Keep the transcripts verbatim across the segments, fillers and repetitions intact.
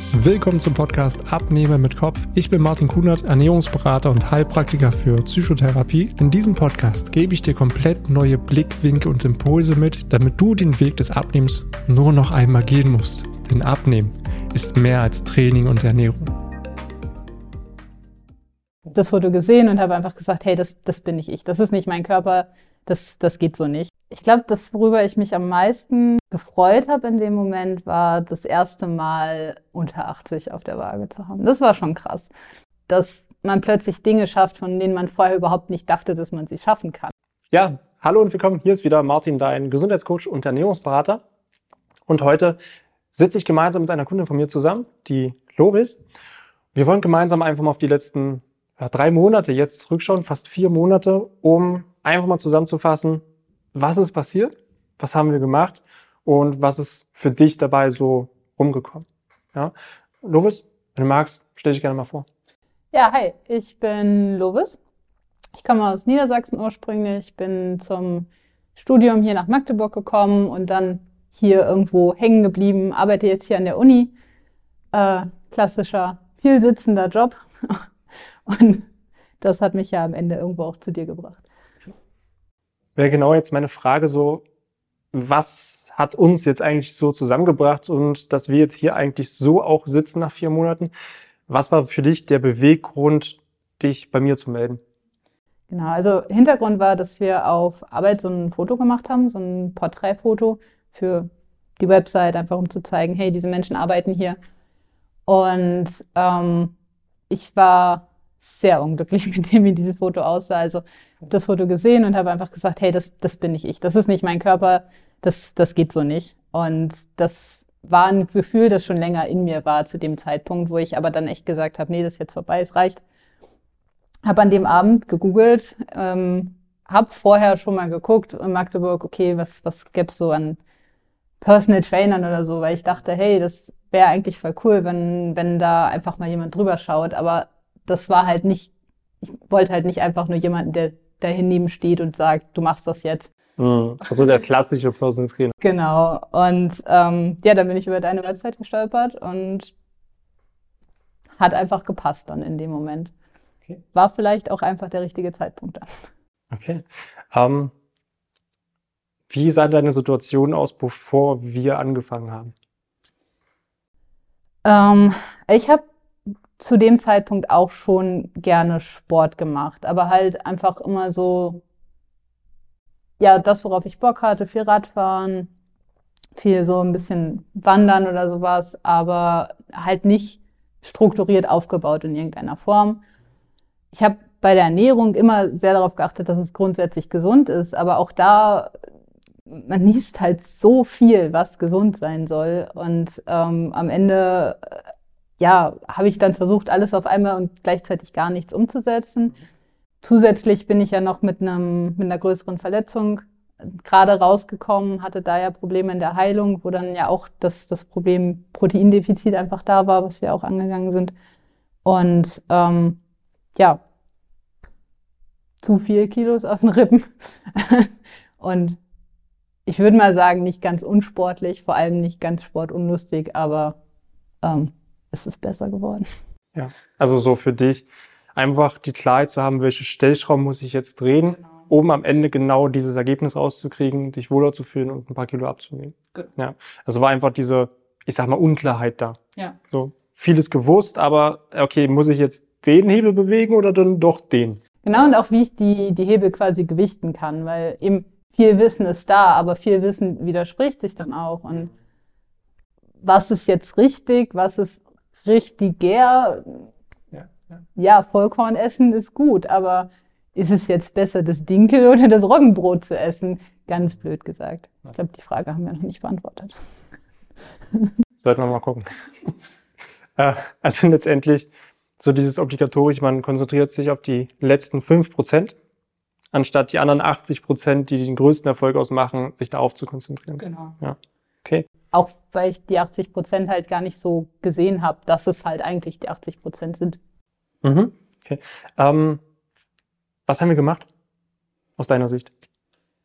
Willkommen zum Podcast Abnehmen mit Kopf. Ich bin Martin Kunert, Ernährungsberater und Heilpraktiker für Psychotherapie. In diesem Podcast gebe ich dir komplett neue Blickwinkel und Impulse mit, damit du den Weg des Abnehmens nur noch einmal gehen musst. Denn Abnehmen ist mehr als Training und Ernährung. Das Foto gesehen und habe einfach gesagt, hey, das, das bin nicht ich, das ist nicht mein Körper, das, das geht so nicht. Ich glaube, das, worüber ich mich am meisten gefreut habe in dem Moment, war das erste Mal unter achtzig auf der Waage zu haben. Das war schon krass, dass man plötzlich Dinge schafft, von denen man vorher überhaupt nicht dachte, dass man sie schaffen kann. Ja, hallo und willkommen. Hier ist wieder Martin, dein Gesundheitscoach und Ernährungsberater. Und heute sitze ich gemeinsam mit einer Kundin von mir zusammen, die Lovis. Wir wollen gemeinsam einfach mal auf die letzten ja, drei Monate jetzt zurückschauen, fast vier Monate, um einfach mal zusammenzufassen, was ist passiert, was haben wir gemacht und was ist für dich dabei so rumgekommen. Ja? Lovis, wenn du magst, stell dich gerne mal vor. Ja, hi, ich bin Lovis. Ich komme aus Niedersachsen ursprünglich, bin zum Studium hier nach Magdeburg gekommen und dann hier irgendwo hängen geblieben, arbeite jetzt hier an der Uni. Äh, klassischer, vielsitzender Job. Und das hat mich ja am Ende irgendwo auch zu dir gebracht. Wäre genau jetzt meine Frage so, was hat uns jetzt eigentlich so zusammengebracht und dass wir jetzt hier eigentlich so auch sitzen nach vier Monaten? Was war für dich der Beweggrund, dich bei mir zu melden? Genau, also Hintergrund war, dass wir auf Arbeit so ein Foto gemacht haben, so ein Porträtfoto für die Website, einfach um zu zeigen, hey, diese Menschen arbeiten hier. Und ähm, ich war sehr unglücklich mit dem, wie dieses Foto aussah. Also ich habe das Foto gesehen und habe einfach gesagt, hey, das, das bin nicht ich, das ist nicht mein Körper, das, das geht so nicht. Und das war ein Gefühl, das schon länger in mir war zu dem Zeitpunkt, wo ich aber dann echt gesagt habe, nee, das ist jetzt vorbei, es reicht. Habe an dem Abend gegoogelt, ähm, habe vorher schon mal geguckt in Magdeburg, okay, was, was gäbe es so an Personal Trainern oder so, weil ich dachte, hey, das wäre eigentlich voll cool, wenn, wenn da einfach mal jemand drüber schaut, aber das war halt nicht, ich wollte halt nicht einfach nur jemanden, der daneben steht und sagt, du machst das jetzt. Mhm. Also der klassische Personal Trainer. Genau. Und ähm, ja, dann bin ich über deine Website gestolpert und hat einfach gepasst dann in dem Moment. Okay. War vielleicht auch einfach der richtige Zeitpunkt dann. Okay. Ähm, wie sah deine Situation aus, bevor wir angefangen haben? Ähm, ich habe zu dem Zeitpunkt auch schon gerne Sport gemacht, aber halt einfach immer so, ja, das, worauf ich Bock hatte, viel Radfahren, viel so ein bisschen Wandern oder sowas, aber halt nicht strukturiert aufgebaut in irgendeiner Form. Ich habe bei der Ernährung immer sehr darauf geachtet, dass es grundsätzlich gesund ist, aber auch da, man liest halt so viel, was gesund sein soll und ähm, am Ende ja, habe ich dann versucht, alles auf einmal und gleichzeitig gar nichts umzusetzen. Zusätzlich bin ich ja noch mit einem, mit einer größeren Verletzung gerade rausgekommen, hatte da ja Probleme in der Heilung, wo dann ja auch das, das Problem Proteindefizit einfach da war, was wir auch angegangen sind. Und ähm, ja, zu viel Kilos auf den Rippen. Und ich würde mal sagen, nicht ganz unsportlich, vor allem nicht ganz sportunlustig, aber ähm, es ist besser geworden. Ja, also so für dich einfach die Klarheit zu haben, welche Stellschrauben muss ich jetzt drehen, genau, um am Ende genau dieses Ergebnis rauszukriegen, dich wohler zu fühlen und ein paar Kilo abzunehmen. Genau. Ja, also war einfach diese, ich sag mal, Unklarheit da. Ja. So vieles gewusst, aber okay, muss ich jetzt den Hebel bewegen oder dann doch den? Genau, und auch wie ich die, die Hebel quasi gewichten kann, weil eben viel Wissen ist da, aber viel Wissen widerspricht sich dann auch. Und was ist jetzt richtig, was ist richtiger? Ja, ja. Ja, Vollkorn essen ist gut, aber ist es jetzt besser, das Dinkel oder das Roggenbrot zu essen? Ganz blöd gesagt. Ich glaube, die Frage haben wir noch nicht beantwortet. Sollten wir mal gucken. Also letztendlich so dieses obligatorisch, man konzentriert sich auf die letzten fünf Prozent, anstatt die anderen achtzig Prozent, die den größten Erfolg ausmachen, sich darauf zu konzentrieren. Genau. Ja. Okay. Auch weil ich die achtzig Prozent halt gar nicht so gesehen habe, dass es halt eigentlich die achtzig Prozent sind. Mhm. Okay. Ähm, was haben wir gemacht aus deiner Sicht?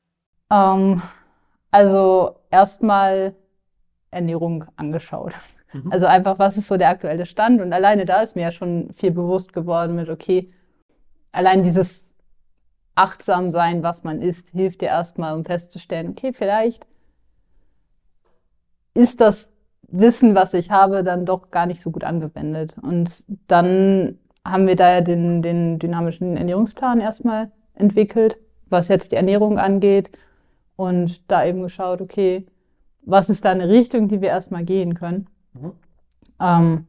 Ähm, also erstmal Ernährung angeschaut. Mhm. Also einfach, was ist so der aktuelle Stand? Und alleine da ist mir ja schon viel bewusst geworden mit, okay, allein dieses achtsam sein, was man isst, hilft dir erstmal, um festzustellen, okay, vielleicht ist das Wissen, was ich habe, dann doch gar nicht so gut angewendet. Und dann haben wir da ja den, den dynamischen Ernährungsplan erstmal entwickelt, was jetzt die Ernährung angeht. Und da eben geschaut, okay, was ist da eine Richtung, die wir erstmal gehen können. Mhm. Ähm,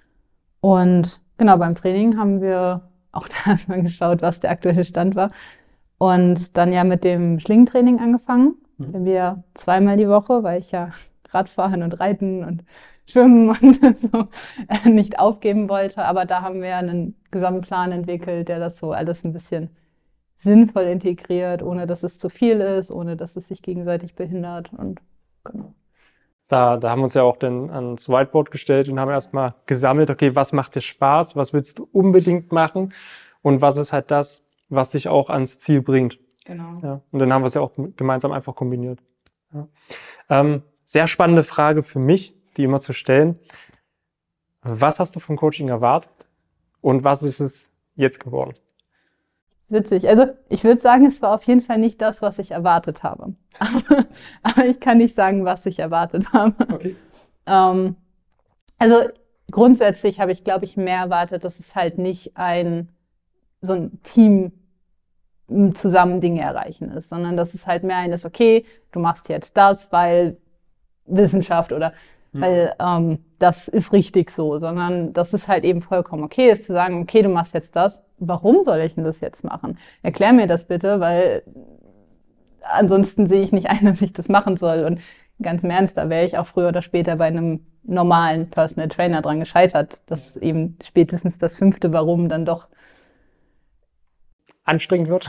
und genau, beim Training haben wir auch da erstmal geschaut, was der aktuelle Stand war. Und dann ja mit dem Schlingentraining angefangen. Mhm. Wenn wir zweimal die Woche, weil ich ja Radfahren und Reiten und Schwimmen und so äh, nicht aufgeben wollte. Aber da haben wir einen Gesamtplan entwickelt, der das so alles ein bisschen sinnvoll integriert, ohne dass es zu viel ist, ohne dass es sich gegenseitig behindert. Und genau. Da, da haben wir uns ja auch dann ans Whiteboard gestellt und haben erstmal gesammelt, okay, was macht dir Spaß, was willst du unbedingt machen und was ist halt das, was dich auch ans Ziel bringt. Genau. Ja, und dann haben wir es ja auch gemeinsam einfach kombiniert. Ja. Ähm, sehr spannende Frage für mich, die immer zu stellen. Was hast du vom Coaching erwartet und was ist es jetzt geworden? Witzig. Also ich würde sagen, es war auf jeden Fall nicht das, was ich erwartet habe. Aber, aber ich kann nicht sagen, was ich erwartet habe. Okay. Ähm, also grundsätzlich habe ich, glaube ich, mehr erwartet, dass es halt nicht ein so ein Team zusammen Dinge erreichen ist, sondern dass es halt mehr ein ist, okay, du machst jetzt das, weil Wissenschaft oder Mhm. weil ähm, das ist richtig so, sondern das ist halt eben vollkommen okay, ist zu sagen, okay, du machst jetzt das, warum soll ich denn das jetzt machen? Erklär mir das bitte, weil ansonsten sehe ich nicht ein, dass ich das machen soll. Und ganz im Ernst, da wäre ich auch früher oder später bei einem normalen Personal Trainer dran gescheitert, dass eben spätestens das fünfte Warum dann doch Anstrengend wird.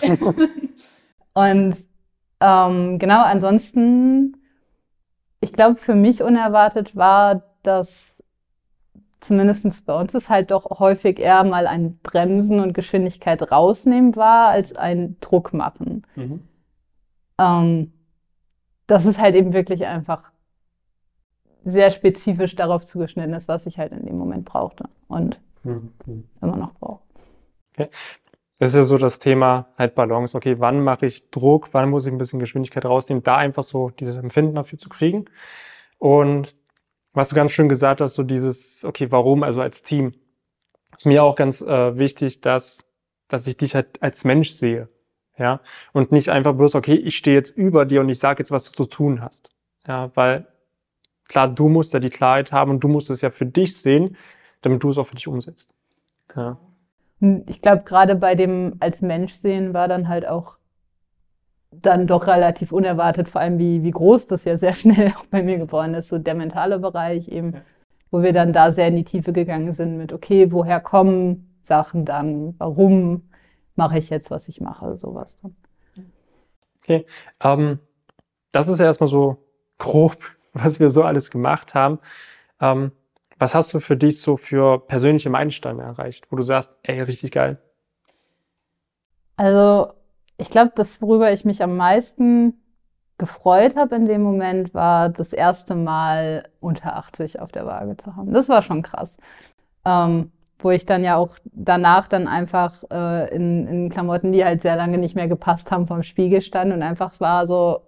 Und ähm, genau, ansonsten, ich glaube, für mich unerwartet war, dass zumindest bei uns es halt doch häufig eher mal ein Bremsen und Geschwindigkeit rausnehmen war, als ein Druck machen. Mhm. Ähm, dass es halt eben wirklich einfach sehr spezifisch darauf zugeschnitten ist, was ich halt in dem Moment brauchte und Mhm. immer noch brauche. Okay. Es ist ja so das Thema halt Balance. Okay, wann mache ich Druck, wann muss ich ein bisschen Geschwindigkeit rausnehmen, da einfach so dieses Empfinden dafür zu kriegen. Und was du ganz schön gesagt hast, so dieses, okay, warum, also als Team, ist mir auch ganz äh, wichtig, dass, dass ich dich halt als Mensch sehe. Ja, und nicht einfach bloß, okay, ich stehe jetzt über dir und ich sage jetzt, was du zu tun hast. Ja, weil klar, du musst ja die Klarheit haben und du musst es ja für dich sehen, damit du es auch für dich umsetzt. Ja. Und ich glaube, gerade bei dem als Mensch sehen war dann halt auch dann doch relativ unerwartet, vor allem wie, wie groß das ja sehr schnell auch bei mir geworden ist, so der mentale Bereich eben, Ja. wo wir dann da sehr in die Tiefe gegangen sind mit, okay, woher kommen Sachen dann, warum mache ich jetzt, was ich mache, sowas dann. Okay, ähm, das ist ja erstmal so grob, was wir so alles gemacht haben. Ähm, was hast du für dich so für persönliche Meilensteine erreicht, wo du sagst, ey, richtig geil? Also ich glaube, das, worüber ich mich am meisten gefreut habe in dem Moment, war das erste Mal unter achtzig auf der Waage zu haben. Das war schon krass. Ähm, wo ich dann ja auch danach dann einfach äh, in, in Klamotten, die halt sehr lange nicht mehr gepasst haben, vorm Spiegel stand und einfach war so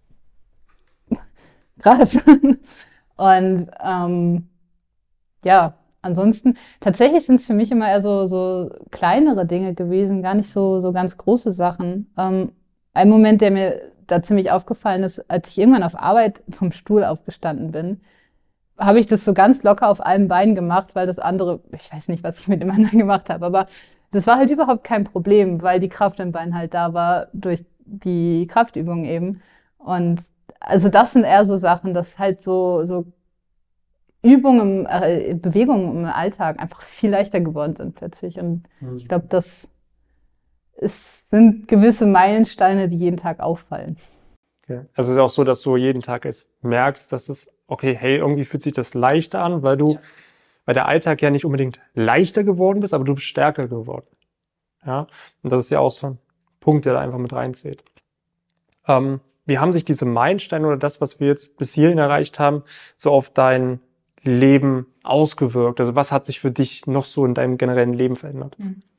krass. Und ähm, ja, ansonsten, tatsächlich sind es für mich immer eher so, so kleinere Dinge gewesen, gar nicht so, so ganz große Sachen. Ähm, ein Moment, der mir da ziemlich aufgefallen ist, als ich irgendwann auf Arbeit vom Stuhl aufgestanden bin, habe ich das so ganz locker auf einem Bein gemacht, weil das andere, ich weiß nicht, was ich mit dem anderen gemacht habe, aber das war halt überhaupt kein Problem, weil die Kraft im Bein halt da war durch die Kraftübung eben. Und also das sind eher so Sachen, dass halt so, so Übungen, äh, Bewegungen im Alltag einfach viel leichter geworden sind plötzlich. Und Mhm. ich glaube, das ist, sind gewisse Meilensteine, die jeden Tag auffallen. Okay. Also es ist auch so, dass du jeden Tag es merkst, dass es, okay, hey, irgendwie fühlt sich das leichter an, weil du, Ja. weil der Alltag ja nicht unbedingt leichter geworden bist, aber du bist stärker geworden. Ja, und das ist ja auch so ein Punkt, der da einfach mit reinzählt. Ähm, wie haben sich diese Meilensteine oder das, was wir jetzt bis hierhin erreicht haben, so auf dein Leben ausgewirkt? Also was hat sich für dich noch so in deinem generellen Leben verändert?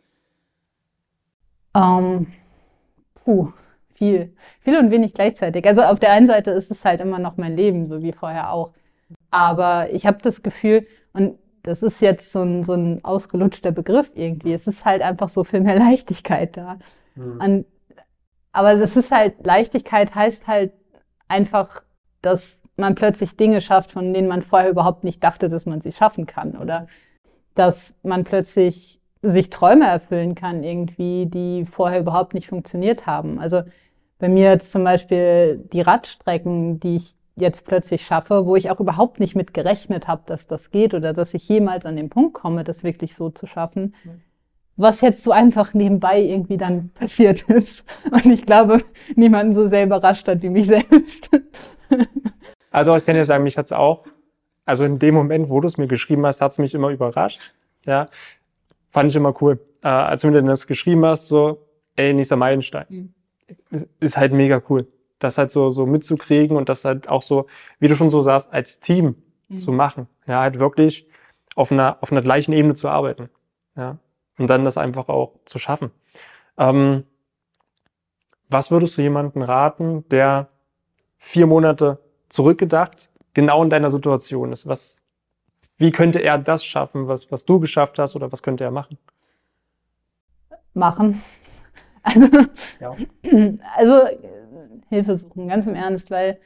Ähm, puh, viel. Viel und wenig gleichzeitig. Also auf der einen Seite ist es halt immer noch mein Leben, so wie vorher auch. Aber ich habe das Gefühl, und das ist jetzt so ein, so ein ausgelutschter Begriff irgendwie, es ist halt einfach so viel mehr Leichtigkeit da. Mhm. Und, aber das ist halt, Leichtigkeit heißt halt einfach, dass man plötzlich Dinge schafft, von denen man vorher überhaupt nicht dachte, dass man sie schaffen kann. Oder dass man plötzlich sich Träume erfüllen kann irgendwie, die vorher überhaupt nicht funktioniert haben. Also bei mir jetzt zum Beispiel die Radstrecken, die ich jetzt plötzlich schaffe, wo ich auch überhaupt nicht mit gerechnet habe, dass das geht oder dass ich jemals an den Punkt komme, das wirklich so zu schaffen. Was jetzt so einfach nebenbei irgendwie dann passiert ist. Und ich glaube, niemanden so sehr überrascht hat wie mich selbst. Also ich kann dir sagen, mich hat's auch, also in dem Moment, wo du es mir geschrieben hast, hat's mich immer überrascht. Ja, fand ich immer cool. Äh, als du mir dann das geschrieben hast, so, ey, nächster Meilenstein. Mhm. Ist, ist halt mega cool. Das halt so, so mitzukriegen und das halt auch so, wie du schon so sagst, als Team mhm. zu machen. Ja, halt wirklich auf einer, auf einer gleichen Ebene zu arbeiten. Ja, und dann das einfach auch zu schaffen. Ähm, was würdest du jemandem raten, der vier Monate zurückgedacht genau in deiner Situation ist? Was, wie könnte er das schaffen, was, was du geschafft hast, oder was könnte er machen? Machen. Also, ja. also Hilfe suchen, ganz im Ernst, weil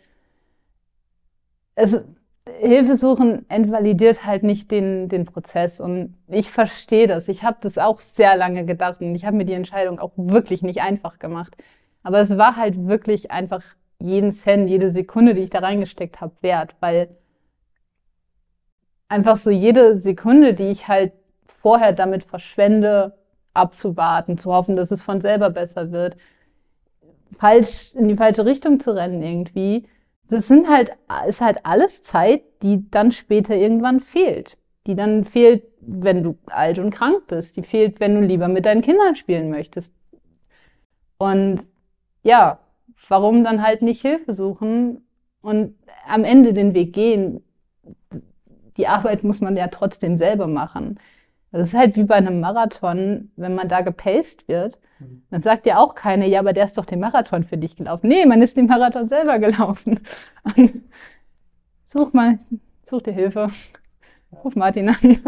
es, Hilfe suchen entvalidiert halt nicht den, den Prozess. Und ich verstehe das. Ich habe das auch sehr lange gedacht und ich habe mir die Entscheidung auch wirklich nicht einfach gemacht. Aber es war halt wirklich einfach jeden Cent, jede Sekunde, die ich da reingesteckt habe, wert, weil einfach so jede Sekunde, die ich halt vorher damit verschwende, abzuwarten, zu hoffen, dass es von selber besser wird, falsch in die falsche Richtung zu rennen irgendwie, das sind halt, ist halt alles Zeit, die dann später irgendwann fehlt. Die dann fehlt, wenn du alt und krank bist. Die fehlt, wenn du lieber mit deinen Kindern spielen möchtest. Und ja, warum dann halt nicht Hilfe suchen und am Ende den Weg gehen? Die Arbeit muss man ja trotzdem selber machen. Das ist halt wie bei einem Marathon, wenn man da gepaced wird, dann sagt ja auch keiner, ja, aber der ist doch den Marathon für dich gelaufen. Nee, man ist den Marathon selber gelaufen. Und such mal, such dir Hilfe. Ruf Martin an.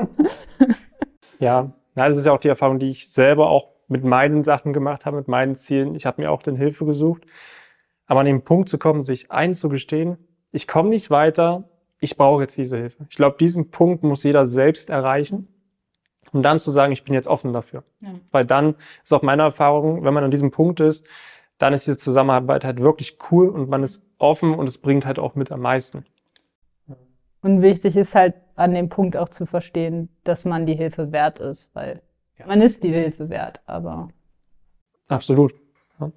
Ja, das ist ja auch die Erfahrung, die ich selber auch mit meinen Sachen gemacht habe, mit meinen Zielen. Ich habe mir auch dann Hilfe gesucht. Aber an den Punkt zu kommen, sich einzugestehen, ich komme nicht weiter, ich brauche jetzt diese Hilfe. Ich glaube, diesen Punkt muss jeder selbst erreichen. Um dann zu sagen, ich bin jetzt offen dafür. Ja. Weil dann ist auch meine Erfahrung, wenn man an diesem Punkt ist, dann ist diese Zusammenarbeit halt wirklich cool und man ist offen und es bringt halt auch mit am meisten. Und wichtig ist halt an dem Punkt auch zu verstehen, dass man die Hilfe wert ist, weil ja. man ist die Hilfe wert, aber... Absolut. Ja.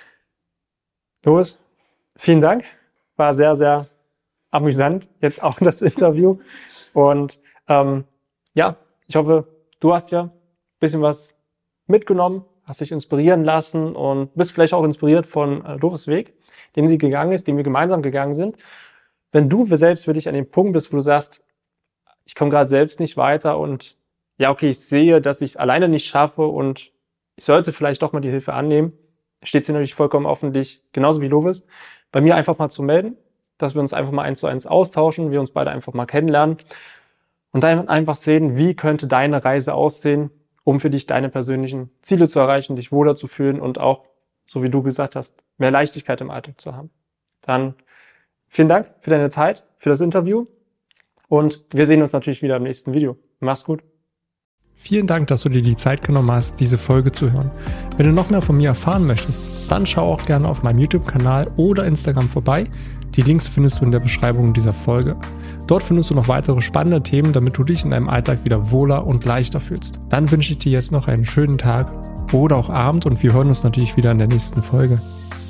Louis, vielen Dank. War sehr, sehr amüsant, jetzt auch das Interview. Und ähm, ja, ich hoffe, du hast ja ein bisschen was mitgenommen, hast dich inspirieren lassen und bist vielleicht auch inspiriert von äh, Doris Weg, den sie gegangen ist, den wir gemeinsam gegangen sind. Wenn du selbst für dich an dem Punkt bist, wo du sagst, ich komme gerade selbst nicht weiter und ja, okay, ich sehe, dass ich es alleine nicht schaffe und ich sollte vielleicht doch mal die Hilfe annehmen, steht sie natürlich vollkommen offen, dich, genauso wie Doris, bei mir einfach mal zu melden, dass wir uns einfach mal eins zu eins austauschen, wir uns beide einfach mal kennenlernen. Und dann einfach sehen, wie könnte deine Reise aussehen, um für dich deine persönlichen Ziele zu erreichen, dich wohler zu fühlen und auch, so wie du gesagt hast, mehr Leichtigkeit im Alltag zu haben. Dann vielen Dank für deine Zeit, für das Interview und wir sehen uns natürlich wieder im nächsten Video. Mach's gut. Vielen Dank, dass du dir die Zeit genommen hast, diese Folge zu hören. Wenn du noch mehr von mir erfahren möchtest, dann schau auch gerne auf meinem YouTube-Kanal oder Instagram vorbei. Die Links findest du in der Beschreibung dieser Folge. Dort findest du noch weitere spannende Themen, damit du dich in deinem Alltag wieder wohler und leichter fühlst. Dann wünsche ich dir jetzt noch einen schönen Tag oder auch Abend und wir hören uns natürlich wieder in der nächsten Folge.